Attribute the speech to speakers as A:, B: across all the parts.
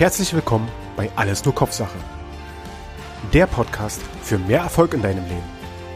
A: Herzlich willkommen bei Alles nur Kopfsache. Der Podcast für mehr Erfolg in deinem Leben.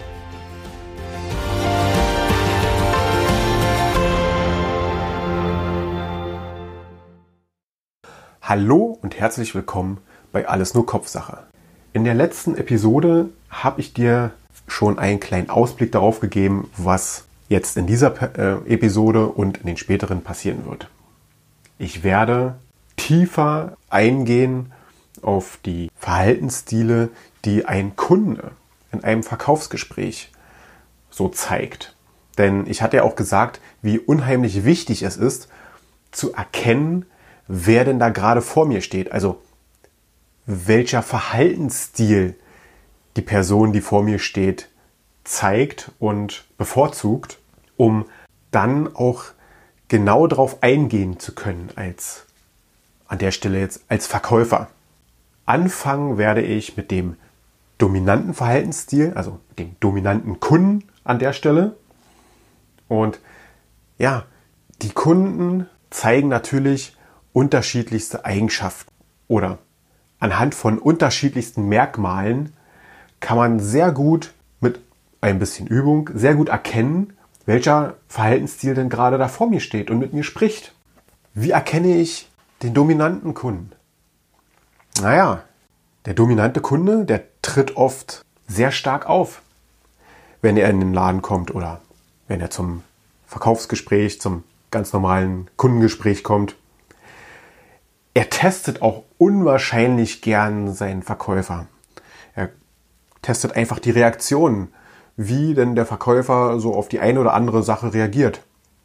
A: Hallo und herzlich willkommen bei Alles nur Kopfsache. In der letzten Episode habe ich dir schon einen kleinen Ausblick darauf gegeben, was jetzt in dieser Episode und in den späteren passieren wird. Ich werde tiefer eingehen auf die Verhaltensstile, die ein Kunde in einem Verkaufsgespräch so zeigt. Denn ich hatte ja auch gesagt, wie unheimlich wichtig es ist, zu erkennen, wer denn da gerade vor mir steht. Also welcher Verhaltensstil die Person, die vor mir steht, zeigt und bevorzugt, um dann auch genau darauf eingehen zu können an der Stelle jetzt als Verkäufer. Anfangen werde ich mit dem dominanten Verhaltensstil, also dem dominanten Kunden an der Stelle. Und ja, die Kunden zeigen natürlich unterschiedlichste Eigenschaften oder anhand von unterschiedlichsten Merkmalen kann man sehr gut mit ein bisschen Übung sehr gut erkennen, welcher Verhaltensstil denn gerade da vor mir steht und mit mir spricht. Wie erkenne ich den dominanten Kunden? Naja, der dominante Kunde, der tritt oft sehr stark auf, wenn er in den Laden kommt oder wenn er zum Verkaufsgespräch, zum ganz normalen Kundengespräch kommt. Er testet auch unwahrscheinlich gern seinen Verkäufer. Er testet einfach die Reaktionen, wie denn der Verkäufer so auf die eine oder andere Sache reagiert.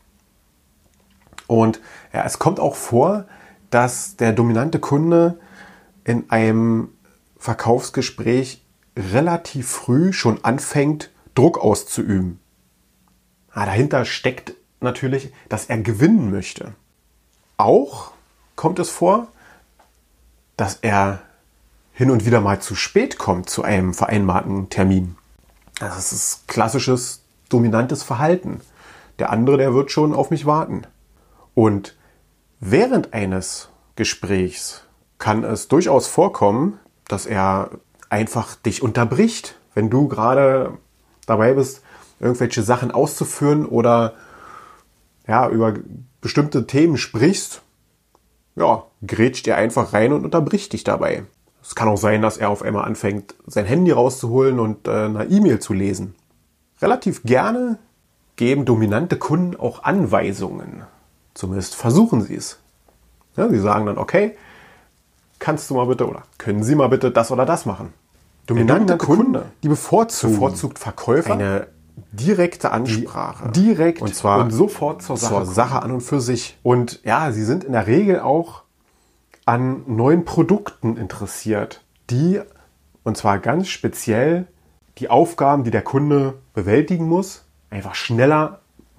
A: Und ja, es kommt auch vor, dass der dominante Kunde in einem Verkaufsgespräch relativ früh schon anfängt, Druck auszuüben. Dahinter steckt natürlich, dass er gewinnen möchte. Auch kommt es vor, dass er hin und wieder mal zu spät kommt zu einem vereinbarten Termin. Das ist klassisches dominantes Verhalten. Der andere, der wird schon auf mich warten. Und während eines Gesprächs kann es durchaus vorkommen, dass er einfach dich unterbricht, wenn du gerade dabei bist, irgendwelche Sachen auszuführen oder ja, über bestimmte Themen sprichst. Ja, grätscht er einfach rein und unterbricht dich dabei. Es kann auch sein, dass er auf einmal anfängt, sein Handy rauszuholen und eine E-Mail zu lesen. Relativ gerne geben dominante Kunden auch Anweisungen. Zumindest versuchen sie es. Ja, sie sagen dann, okay, kannst du mal bitte oder können Sie mal bitte das oder das machen. Dominante Kunde, die bevorzugt Verkäufer eine direkte Ansprache. Direkt und zwar und sofort zur Sache an und für sich. Und ja, sie sind in der Regel auch an neuen Produkten interessiert, die, und zwar ganz speziell, die Aufgaben, die der Kunde bewältigen muss, einfach schneller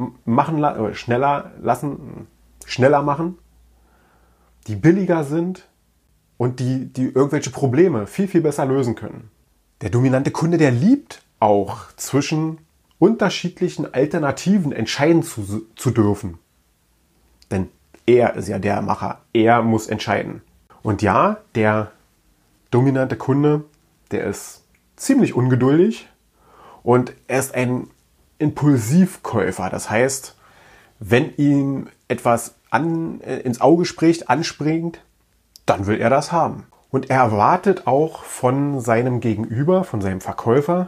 A: machen, die billiger sind und die irgendwelche Probleme viel, viel besser lösen können. Der dominante Kunde, der liebt auch zwischen unterschiedlichen Alternativen entscheiden zu dürfen. Denn er ist ja der Macher, er muss entscheiden. Und ja, der dominante Kunde, der ist ziemlich ungeduldig und er ist ein Impulsivkäufer. Das heißt, wenn ihm etwas ins Auge anspringt, dann will er das haben. Und er erwartet auch von seinem Gegenüber, von seinem Verkäufer,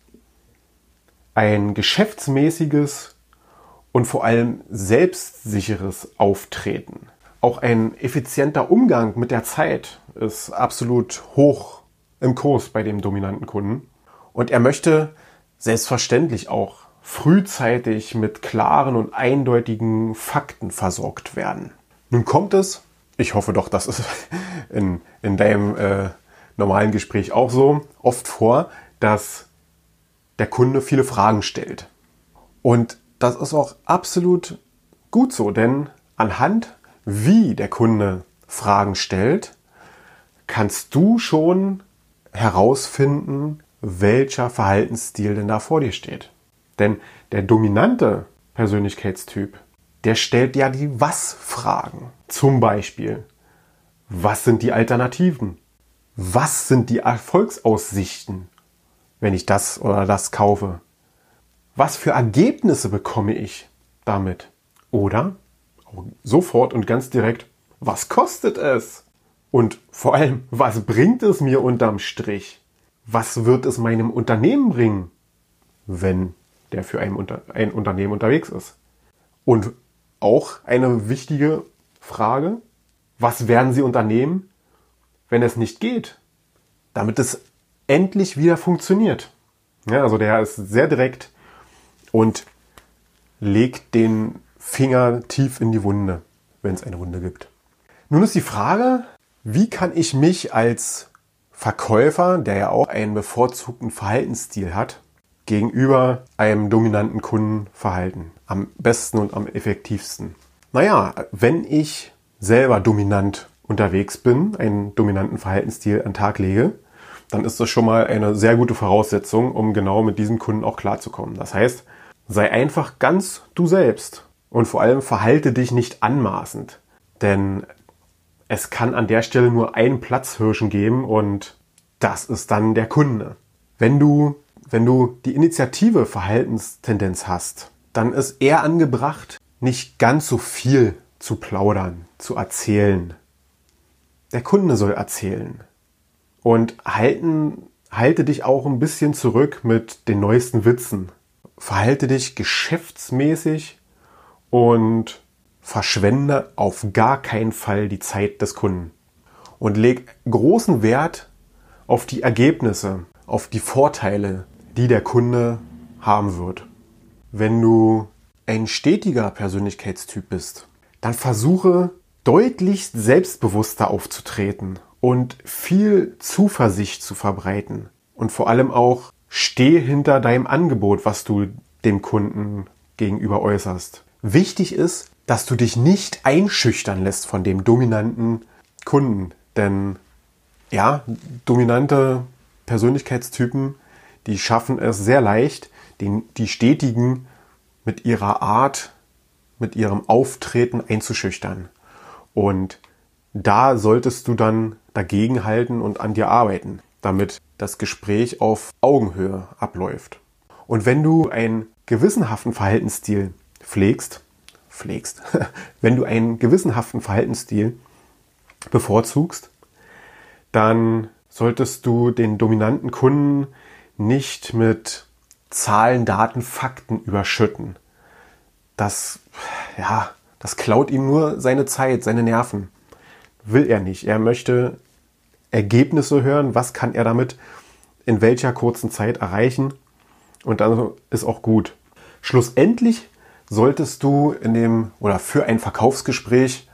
A: ein geschäftsmäßiges und vor allem selbstsicheres Auftreten. Auch ein effizienter Umgang mit der Zeit ist absolut hoch im Kurs bei dem dominanten Kunden. Und er möchte selbstverständlich auch frühzeitig mit klaren und eindeutigen Fakten versorgt werden. Nun kommt es, ich hoffe doch, das ist in deinem normalen Gespräch auch so, oft vor, dass der Kunde viele Fragen stellt. Und das ist auch absolut gut so, denn anhand wie der Kunde Fragen stellt, kannst du schon herausfinden, welcher Verhaltensstil denn da vor dir steht. Denn der dominante Persönlichkeitstyp, der stellt ja die Was-Fragen. Zum Beispiel, Was sind die Alternativen? Was sind die Erfolgsaussichten, wenn ich das oder das kaufe? Was für Ergebnisse bekomme ich damit? Oder sofort und ganz direkt, was kostet es? Und vor allem, was bringt es mir unterm Strich? Was wird es meinem Unternehmen bringen, wenn der für ein Unternehmen unterwegs ist? Und auch eine wichtige Frage, was werden Sie unternehmen, wenn es nicht geht, damit es endlich wieder funktioniert? Ja, also der ist sehr direkt und legt den Finger tief in die Wunde, wenn es eine Wunde gibt. Nun ist die Frage, wie kann ich mich als Verkäufer, der ja auch einen bevorzugten Verhaltensstil hat, gegenüber einem dominanten Kunden verhalten? Am besten und am effektivsten. Naja, wenn ich selber dominant unterwegs bin, einen dominanten Verhaltensstil an den Tag lege, dann ist das schon mal eine sehr gute Voraussetzung, um genau mit diesem Kunden auch klarzukommen. Das heißt, sei einfach ganz du selbst und vor allem verhalte dich nicht anmaßend, denn es kann an der Stelle nur einen Platzhirschen geben und das ist dann der Kunde. Wenn du die Initiative Verhaltenstendenz hast, dann ist eher angebracht, nicht ganz so viel zu plaudern, zu erzählen. Der Kunde soll erzählen. Und halte dich auch ein bisschen zurück mit den neuesten Witzen. Verhalte dich geschäftsmäßig und verschwende auf gar keinen Fall die Zeit des Kunden. Und leg großen Wert auf die Ergebnisse, auf die Vorteile, die der Kunde haben wird. Wenn du ein stetiger Persönlichkeitstyp bist, dann versuche deutlich selbstbewusster aufzutreten und viel Zuversicht zu verbreiten. Und vor allem auch steh hinter deinem Angebot, was du dem Kunden gegenüber äußerst. Wichtig ist, dass du dich nicht einschüchtern lässt von dem dominanten Kunden. Denn ja, dominante Persönlichkeitstypen, die schaffen es sehr leicht, die Stetigen mit ihrer Art, mit ihrem Auftreten einzuschüchtern. Und da solltest du dann dagegenhalten und an dir arbeiten, damit das Gespräch auf Augenhöhe abläuft. Und wenn du einen gewissenhaften Verhaltensstil pflegst, wenn du einen gewissenhaften Verhaltensstil bevorzugst, dann solltest du den dominanten Kunden nicht mit Zahlen, Daten, Fakten überschütten. Das klaut ihm nur seine Zeit, seine Nerven. Will er nicht. Er möchte Ergebnisse hören. Was kann er damit in welcher kurzen Zeit erreichen? Und dann ist auch gut. Schlussendlich solltest du für ein Verkaufsgespräch,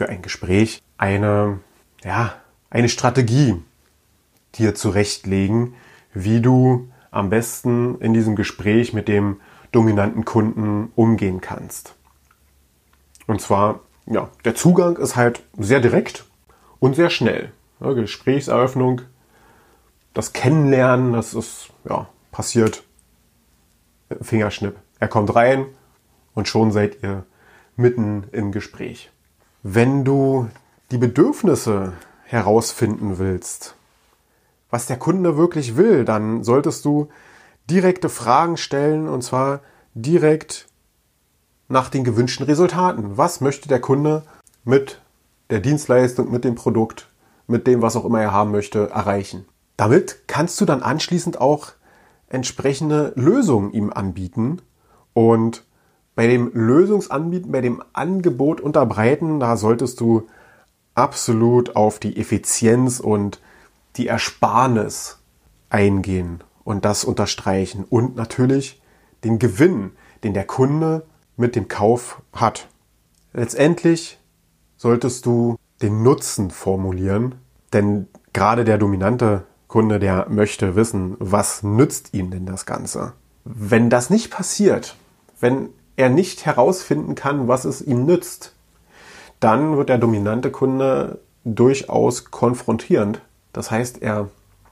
A: eine Strategie dir zurechtlegen, wie du am besten in diesem Gespräch mit dem dominanten Kunden umgehen kannst. Und zwar, der Zugang ist halt sehr direkt und sehr schnell. Ja, Gesprächseröffnung, das Kennenlernen, das ist, passiert Fingerschnipp. Er kommt rein und schon seid ihr mitten im Gespräch. Wenn du die Bedürfnisse herausfinden willst, was der Kunde wirklich will, dann solltest du direkte Fragen stellen und zwar direkt nach den gewünschten Resultaten. Was möchte der Kunde mit der Dienstleistung, mit dem Produkt, mit dem, was auch immer er haben möchte, erreichen? Damit kannst du dann anschließend auch entsprechende Lösungen ihm anbieten und bei dem Lösungsanbieten, bei dem Angebot unterbreiten, da solltest du absolut auf die Effizienz und die Ersparnis eingehen und das unterstreichen und natürlich den Gewinn, den der Kunde mit dem Kauf hat. Letztendlich solltest du den Nutzen formulieren, denn gerade der dominante Kunde, der möchte wissen, was nützt ihm denn das Ganze? Wenn das nicht passiert, wenn er nicht herausfinden kann, was es ihm nützt, dann wird der dominante Kunde durchaus konfrontierend. Das heißt, er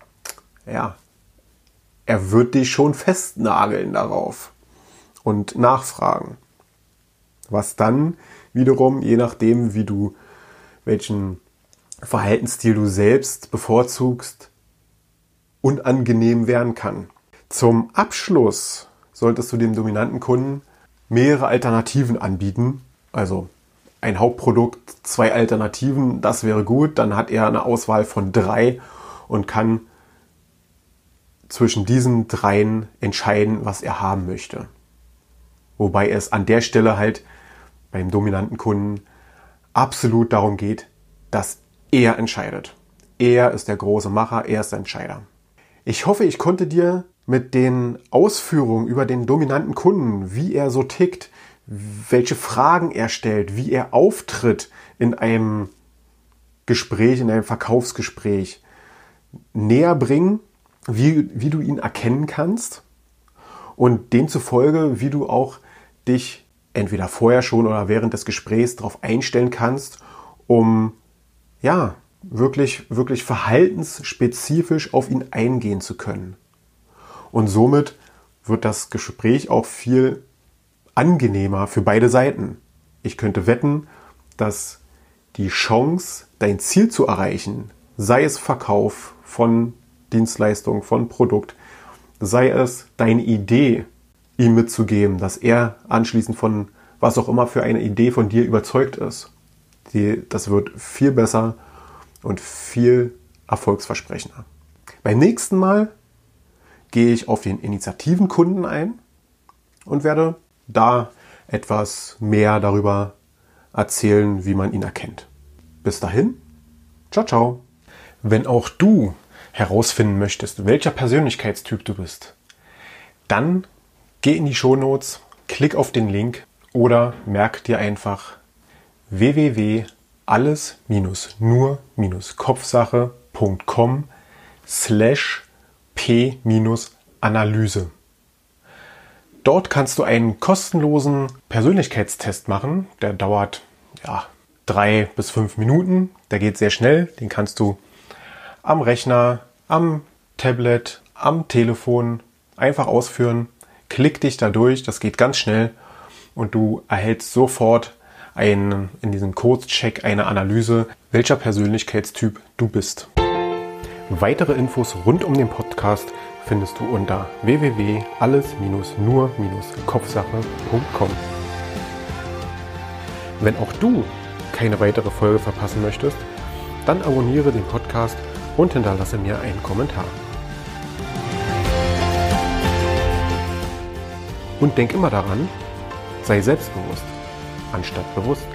A: wird dich schon festnageln darauf und nachfragen. Was dann wiederum, je nachdem, welchen Verhaltensstil du selbst bevorzugst, unangenehm werden kann. Zum Abschluss solltest du dem dominanten Kunden mehrere Alternativen anbieten. Also ein Hauptprodukt, 2 Alternativen, das wäre gut. Dann hat er eine Auswahl von 3 und kann zwischen diesen 3 entscheiden, was er haben möchte. Wobei es an der Stelle halt beim dominanten Kunden absolut darum geht, dass er entscheidet. Er ist der große Macher, er ist der Entscheider. Ich hoffe, ich konnte dir mit den Ausführungen über den dominanten Kunden, wie er so tickt, welche Fragen er stellt, wie er auftritt in einem Gespräch, in einem Verkaufsgespräch, näher bringen, wie du ihn erkennen kannst und demzufolge, wie du auch dich entweder vorher schon oder während des Gesprächs darauf einstellen kannst, um wirklich verhaltensspezifisch auf ihn eingehen zu können. Und somit wird das Gespräch auch viel angenehmer für beide Seiten. Ich könnte wetten, dass die Chance, dein Ziel zu erreichen, sei es Verkauf von Dienstleistung, von Produkt, sei es deine Idee ihm mitzugeben, dass er anschließend von was auch immer für eine Idee von dir überzeugt ist. Das wird viel besser und viel erfolgsversprechender. Beim nächsten Mal gehe ich auf den Initiativenkunden ein und werde da etwas mehr darüber erzählen, wie man ihn erkennt. Bis dahin, ciao, ciao. Wenn auch du herausfinden möchtest, welcher Persönlichkeitstyp du bist, dann geh in die Shownotes, klick auf den Link oder merk dir einfach www.alles-nur-kopfsache.com/p-Analyse. Dort kannst du einen kostenlosen Persönlichkeitstest machen. Der dauert 3 bis 5 Minuten. Der geht sehr schnell. Den kannst du am Rechner, am Tablet, am Telefon einfach ausführen. Klick dich da durch. Das geht ganz schnell. Und du erhältst sofort in diesem Kurzcheck eine Analyse, welcher Persönlichkeitstyp du bist. Weitere Infos rund um den Podcast findest du unter www.alles-nur-kopfsache.com. Wenn auch du keine weitere Folge verpassen möchtest, dann abonniere den Podcast und hinterlasse mir einen Kommentar. Und denk immer daran, sei selbstbewusst anstatt bewusst.